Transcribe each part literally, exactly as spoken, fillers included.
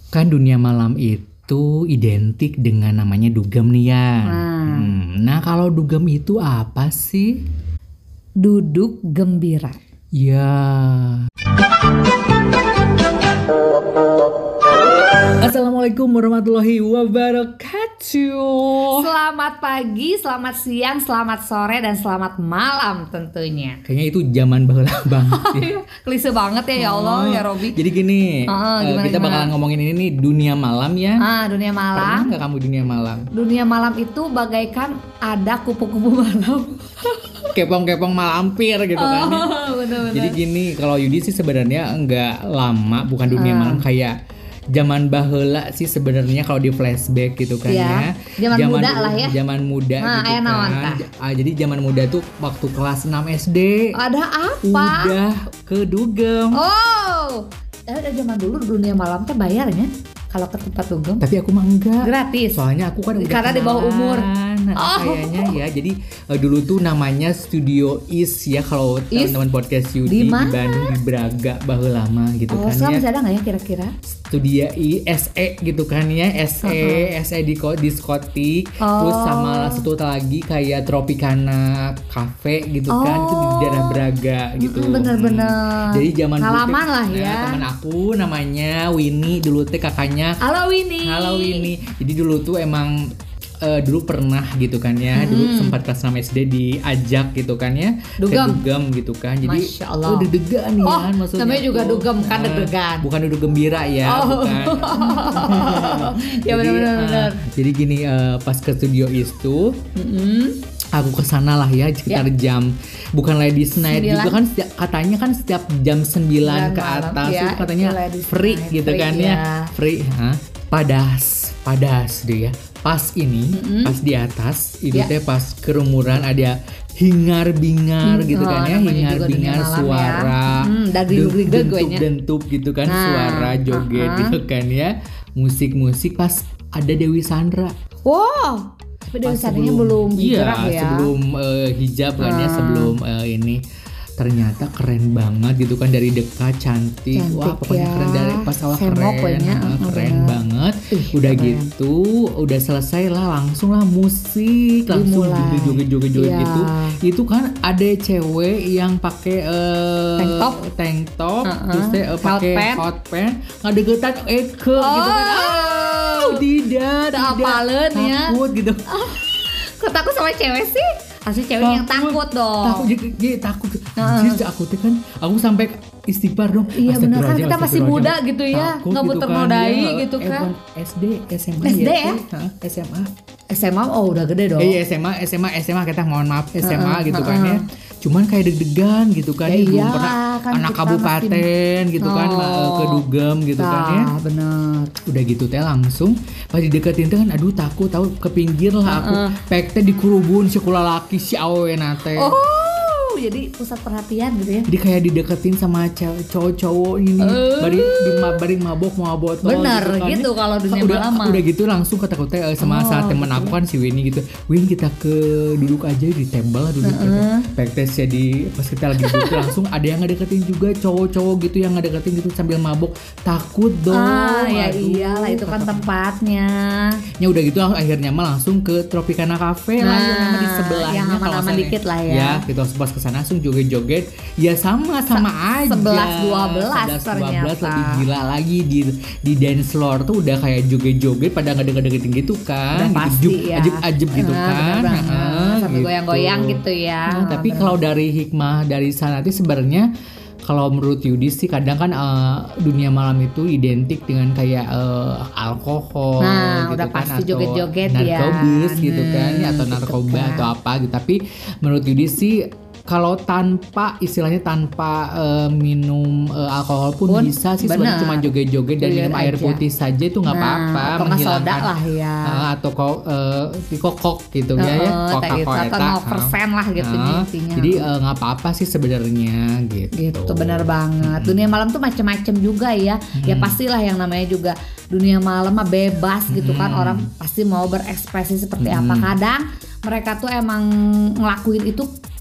Kan dunia malam itu identik dengan namanya dugem nih ya. Nah, Hmm, nah kalau dugem itu apa sih? duduk gembira. Ya. Assalamualaikum warahmatullahi wabarakatuh. Selamat pagi, selamat siang, selamat sore, dan selamat malam tentunya. Kayaknya itu zaman baheula banget ya. Klise banget ya, ya Allah, Oh, ya Robi. Jadi gini, Oh, eh, gimana, kita bakalan gimana? ngomongin ini nih dunia malam ya. Ah, dunia Pernah malam. nggak kamu dunia malam? Dunia malam itu bagaikan ada kupu-kupu malam. Kepong-kepong malampir gitu kan. ya. Oh, bener-bener. Jadi gini, kalau Yudi sih sebenarnya nggak lama, bukan dunia Ah. malam kayak zaman baheula sih sebenarnya kalau di flashback gitu kan Iya, ya. zaman muda dulu, lah ya. Zaman muda Ah, gitu aya naon kan. tah? Ah, jadi zaman muda tuh waktu kelas enam S D Ada apa? udah ke dugem. Oh, eh zaman dulu dunia malam teh bayarnya kalau ke tempat dugem. Tapi aku mah enggak. Gratis. Soalnya aku kan udah Karena di bawah umur. kenalan, Oh. kayaknya ya. Jadi eh, dulu tuh namanya Studio Is ya kalau Is? teman-teman podcast Yudi Di di, mana? Bandung di Braga baheula lama gitu Oh, kan sekarang ya. masih ada nggak ya kira-kira? Studio I S E gitu kan ya, S E, S E di ko- diskotik, terus Oh. sama satu lagi kayak Tropicana Cafe gitu kan, itu di daerah Braga gitu. Mm-mm, bener-bener. Hmm. Jadi zaman dulu Pengalaman teh- lah nah, ya. teman aku namanya Winnie dulu teh kakaknya. Halo Winnie. Halo Winnie. Jadi dulu tuh emang eh, dulu pernah gitu kan ya, dulu sempat kelas enam S D diajak gitu kan ya, Dugem. ke dugem gitu kan. Jadi Masya Allah. oh, deg-degan nih Oh, kan maksudnya. namanya juga tuh. dugem, kan Eh, deg-degan. Bukan duduk gembira ya, Oh. bukan. Ya, Jadi, benar-benar, eh, benar. jadi gini eh, pas ke studio itu Mm-mm. aku kesana lah ya sekitar jam bukan ladies night Sembilan. juga kan setiap- katanya kan setiap jam sembilan ke Sembilan malam, atas ya, itu katanya itu ladies free night, gitu free, kan ya. ya free hah? padas padas deh ya pas ini pas di atas itu Ya. teh pas kerumunan ada hingar bingar Hmm, gitu oh, kan ya namanya hingar juga dunia bingar malam ya. suara Hmm, dagding-dagding dentup gue nya. dentup gitu kan Nah, suara joget uh-uh. gitu kan ya musik musik pas ada Dewi Sandra. Wow. Tapi dari Pas sananya belum iya, hijrah ya. sebelum eh, hijab kan ya, Ah. sebelum eh, ini ternyata keren banget gitu kan dari dekat cantik, Cantik wah pokoknya ya. keren dari pas awal Semok keren, pokoknya, ah, uh, keren bener. banget. Ih, Udah keren. gitu, udah selesai lah langsung lah musik, langsung Dimulai. joget joget joget Iya. gitu. Itu kan ada cewek yang pakai eh, Tank top. tank top, Uh-uh. terus teh eh, Hot pakai pants. hot pants, ngadegetan Eke gitu kan. Ah, tidak, Tak tidak, apaleun ya. takut gitu. Kok takut sama cewek sih? Asli cewek yang takut dong. Takut jadi, jadi takut. Heeh. Jadi aku tuh kan aku sampai istighfar dong. Iya, bener kan, Astagfirullahaladzim, kita masih astagfirullahaladzim. muda gitu ya, Takut nggak mau gitu ternodai ya. gitu Eh, kan. bukan S D, S M A S D ya? Hah, S M A. S M A oh udah gede dong. Eh, iya S M A, S M A, S M A kita mohon maaf S M A Heeh, gitu kan ya. heeh. Cuman kayak deg-degan gitu kan Ya ya, belum iya, pernah kan anak kita kabupaten gitu kan Oh. ma- ke dugem gitu kan ya. Nah, bener. Udah gitu teh langsung pas dideketin teh kan aduh takut tahu ke pinggir lah aku Heeh. pek teh dikurubun si kula laki si awena teh. Oh, jadi pusat perhatian gitu ya. Jadi kayak dideketin sama cew- cowok-cowok ini Eh. bari di ma- bari mabok mau botol Bener kan, gitu ya. kalau dunia udah, malam mah. udah gitu langsung kata kata eh, sama Oh, saat temen aku kan si Winnie gitu Win kita ke duduk aja di tembel lah duduk Heeh. backtes jadi pas kita lagi duduk langsung ada yang ngedeketin juga cowok-cowok gitu yang ngedeketin gitu sambil mabok takut dong. Ah, ya Aduh, iyalah itu kan kata- tempatnya. Ya udah gitu akhirnya mah langsung ke Tropicana Cafe lah yang nama di Nah, sebelahnya yang kalau aman-aman misalnya- dikit lah ya. Ya kita pas kesana langsung joget-joget ya sama sama aja. sebelas dua belas sebelas dua belas ternyata. lebih gila lagi di di dance floor tuh udah kayak joget-joget pada ngedeket-ngedeketin gitu kan. Udah gitu, pasti juk- ya. ajib-ajib gitu Nah, kan. bener banget. Heeh, Sambil goyang-goyang gitu ya. Nah, tapi Bener. kalau dari hikmah dari sana tuh sebenarnya kalau menurut Yudi sih kadang kan eh, dunia malam itu identik dengan kayak eh, alkohol Nah, gitu udah kan, pasti atau joget-joget ya. narkobis gitu Nah, kan ya, atau gitu narkoba kan. atau apa gitu. Tapi menurut Yudi sih kalau tanpa istilahnya tanpa eh, minum eh, alkohol pun, Pun, bisa sih sebenarnya bener. cuma joget-joget dan Joget minum air aja. putih saja itu nggak Nah, apa-apa atau nggak soda lah ya. eh, atau kok eh, kokok gitu ya ya Heeh, kayak gitu, Coca-Cola atau nol persen lah gitu Heeh. intinya. Jadi eh, nggak apa-apa sih sebenarnya gitu. Gitu benar banget. Dunia malam tuh macam-macam juga ya. Ya pastilah yang namanya juga dunia malam mah bebas gitu kan. Orang pasti mau berekspresi seperti apa. Kadang mereka tuh emang ngelakuin itu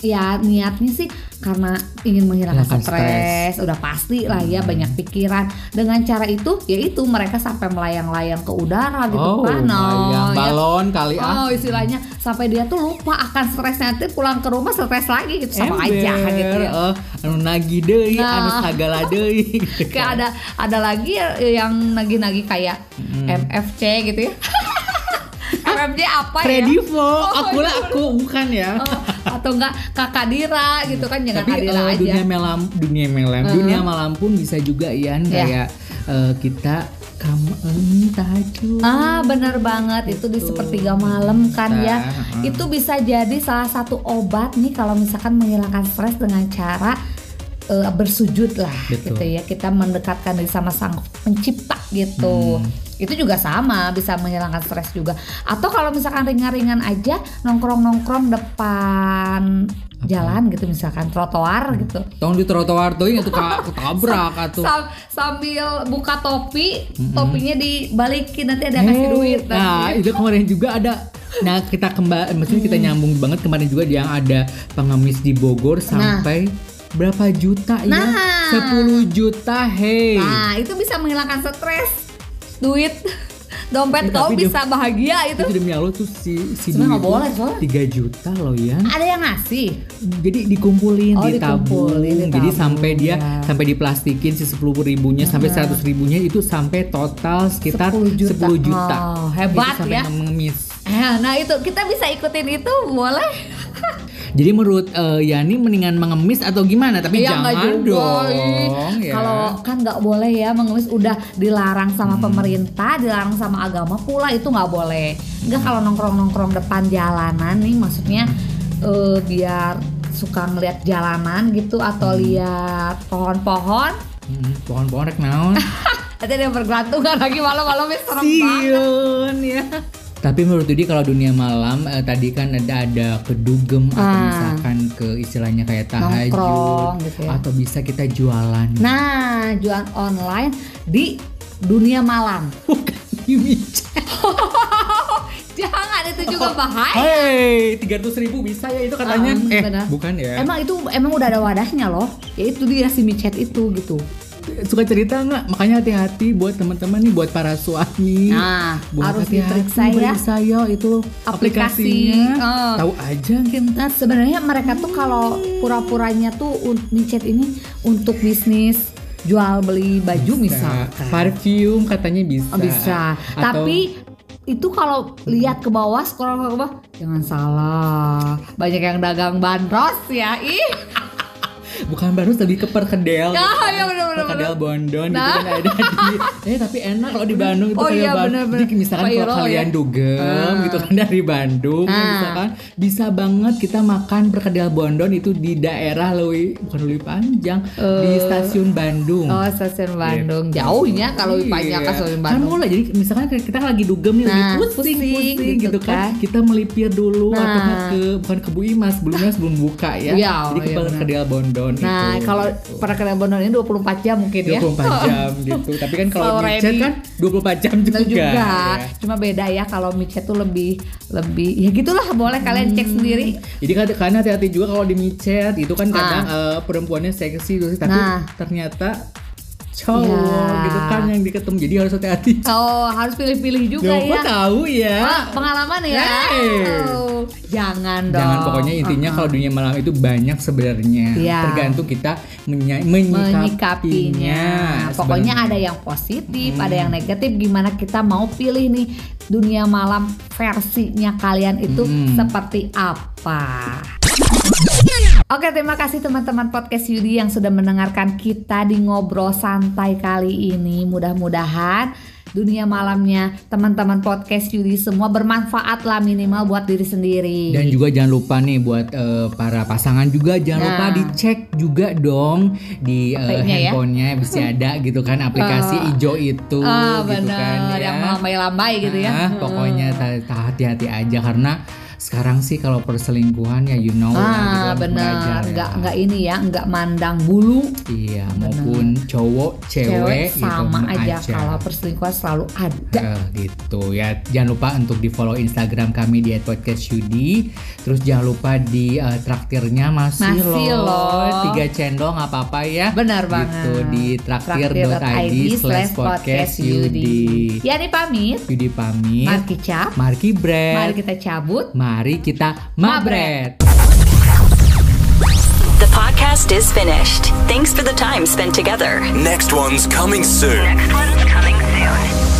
ya niatnya sih karena ingin menghilangkan Hilangkan stres, udah pasti lah ya, banyak pikiran. Dengan cara itu, yaitu mereka sampai melayang-layang ke udara gitu Oh, kan. melayang ya. balon kali ah. Oh, istilahnya sampai dia tuh lupa akan stresnya, nanti pulang ke rumah stres lagi gitu, sama Ember, aja gitu ya. eh, anu nagih deui, Nah. anu sagala deui gitu Kayak kan. ada ada lagi yang nagih-nagih kayak M F C gitu ya. M F C apa ya? Kredivo, aku lah iya, aku bukan ya. Oh, atau enggak Kakak Dira gitu kan, jangan Tapi Kadira eh, aja. dunia malam, dunia malam, Uh-huh. dunia malam pun bisa juga ya, kayak eh, kita kamu minta acuh. Ah, benar banget, itu di Gitu. sepertiga malam kan ya. Nah, Itu bisa jadi salah satu obat nih kalau misalkan menghilangkan stres dengan cara eh, bersujud lah. Betul. Gitu ya. Kita mendekatkan diri sama Sang Pencipta gitu. Hmm. Itu juga sama, bisa menghilangkan stres juga. Atau kalau misalkan ringan-ringan aja, nongkrong-nongkrong depan jalan gitu, misalkan trotoar gitu. Tong di trotoar tuh itu ketabrak atuh. Sam- sambil buka topi, topinya dibalikin, nanti ada ngasih Eh, duit. Nah, nanti. itu kemarin juga ada. Nah, kita kembali, maksudnya kita nyambung banget kemarin juga yang ada pengemis di Bogor sampai berapa juta ya? Nah. sepuluh juta, hey. Nah, itu bisa menghilangkan stres, duit, dompet Eh, kau tapi bisa bahagia itu. Itu demi Allah tuh si si Sebenarnya nggak duit boleh, tuh soalnya. tiga juta loh ya. Ada yang ngasih. Jadi dikumpulin, Oh, ditabung. dikumpulin, ditabung, Jadi sampai dia ya. sampai diplastikin si sepuluh ribunya sampai seratus ribunya itu sampai total sekitar sepuluh juta. sepuluh juta. Oh, hebat Itu sampai ya. mengemis. Eh, nah itu kita bisa ikutin itu, boleh? Jadi menurut eh, Yani mendingan mengemis atau gimana? Tapi Ya, nggak jangan juga, dong. ih. Ya. Kalau kan nggak boleh ya mengemis, udah dilarang sama Hmm. pemerintah, dilarang sama agama pula, itu nggak boleh. Enggak kalau nongkrong-nongkrong depan jalanan nih, maksudnya eh, biar suka ngeliat jalanan gitu atau lihat pohon-pohon. Hmm, pohon-pohon rek naon. Nanti ada yang bergelantungan lagi malam-malam, serem banget. Siun ya. Tapi menurut Dudi kalau dunia malam eh, tadi kan ada ada kedugem atau Ah. misalkan ke istilahnya kayak tahajud Nongkrong gitu ya. atau bisa kita jualan. Nah, jualan online di dunia malam. Bukan di micet. Jangan, itu juga bahaya. Hei, tiga ratus ribu bisa ya itu katanya. Ah, eh, benar. bukan ya. Emang itu emang udah ada wadahnya loh. Ya itu dia si micet itu gitu. Suka cerita nggak? Makanya hati-hati buat teman-teman nih, buat para suami. Nah, buat harus hati-hati, diperiksa ya. periksa ya itu Aplikasi. aplikasinya. Oh. Tahu aja kan. Nah, sebenarnya mereka tuh kalau pura-puranya tuh un- micet ini untuk bisnis jual beli baju misalkan. Parfum katanya bisa. Oh, bisa. Atau- Tapi itu kalau lihat ke bawah, scroll ke bawah, jangan salah. Banyak yang dagang bandros ya. Ih. bukan baru lebih ke perkedel. Ah, ya benar-benar. Perkedel Bondon Nah. gitu kan ada di. Eh tapi enak kalau di Bandung itu Oh kayak iya, Bandung. benar-benar. Jadi misalkan kalau Viral kalian ya. dugem Ah. gitu kan dari Bandung Ah. misalkan bisa banget kita makan perkedel Bondon itu di daerah Lewi, bukan Lewi Panjang, di Eh. stasiun Bandung. Oh, stasiun Bandung. Jauhnya kalau Iya. banyak ke stasiun Kan Bandung. mulai jadi misalkan kita lagi dugem nih Nah, lagi pusing, pusing pusing gitu gitu kan. kan. Kita melipir dulu Nah. atau nggak ke bukan ke Bu Imas sebelumnya sebelum buka ya. Iya, jadi ke iya, benar. perkedel Bondon Nah, itu. kalau perkedel Bondon ini dua puluh empat jam mungkin ya. dua puluh empat jam gitu. Tapi kan kalau So micet ready. kan dua puluh empat jam juga. Betul juga. Ya. Cuma beda ya kalau micet tuh lebih lebih ya gitulah, boleh kalian cek sendiri. Jadi kan karena hati-hati juga kalau di micet itu kan kadang Ah. eh, perempuannya seksi terus tapi Nah. ternyata cowok Ya. gitu kan yang diketemu. Jadi harus hati-hati. Oh, harus pilih-pilih juga Loh, ya. kok tahu ya? Ah, pengalaman ya. Hey. Oh, jangan dong. Jangan, pokoknya intinya Uh-uh. kalau dunia malam itu banyak sebenarnya. Iya. Tergantung kita menya- menyikapinya. menyikapinya. Pokoknya ada yang positif, ada yang negatif. Gimana kita mau pilih nih dunia malam versinya kalian itu Hmm. seperti apa? Oke, terima kasih teman-teman podcast Yudi yang sudah mendengarkan kita di ngobrol santai kali ini. Mudah-mudahan dunia malamnya teman-teman podcast Yudi semua bermanfaat lah, minimal buat diri sendiri. Dan juga jangan lupa nih buat eh, para pasangan juga jangan Nah. lupa dicek juga dong di eh, H P-nya ya. handphonenya bisa ada gitu kan aplikasi Oh. ijo itu Ah, gitu bener, kan ya. yang melambai-lambai gitu ya. Ah, pokoknya ta- ta- hati-hati aja karena sekarang sih kalau perselingkuhan ya you know ah, lah gitu kan, benar, ya. nggak nggak ini ya, nggak mandang bulu. Iya, bener. Maupun cowok, cewek, cewek sama gitu, aja. aja. Kalau perselingkuhan selalu ada. Eh, gitu ya. Jangan lupa untuk di follow Instagram kami di et podcast yudi. Terus jangan lupa di uh, traktirnya masih, masih loh. loh. Tiga cendol nggak apa-apa ya. Benar gitu, banget. di traktir dot i d slash podcast yudi. Yani pamit. Yudi pamit. Marki cap. Marki Bret. Mari kita cabut. Mari kita mabret. The podcast is finished. Thanks for the time spent together. Next one's coming soon. Next one's coming soon.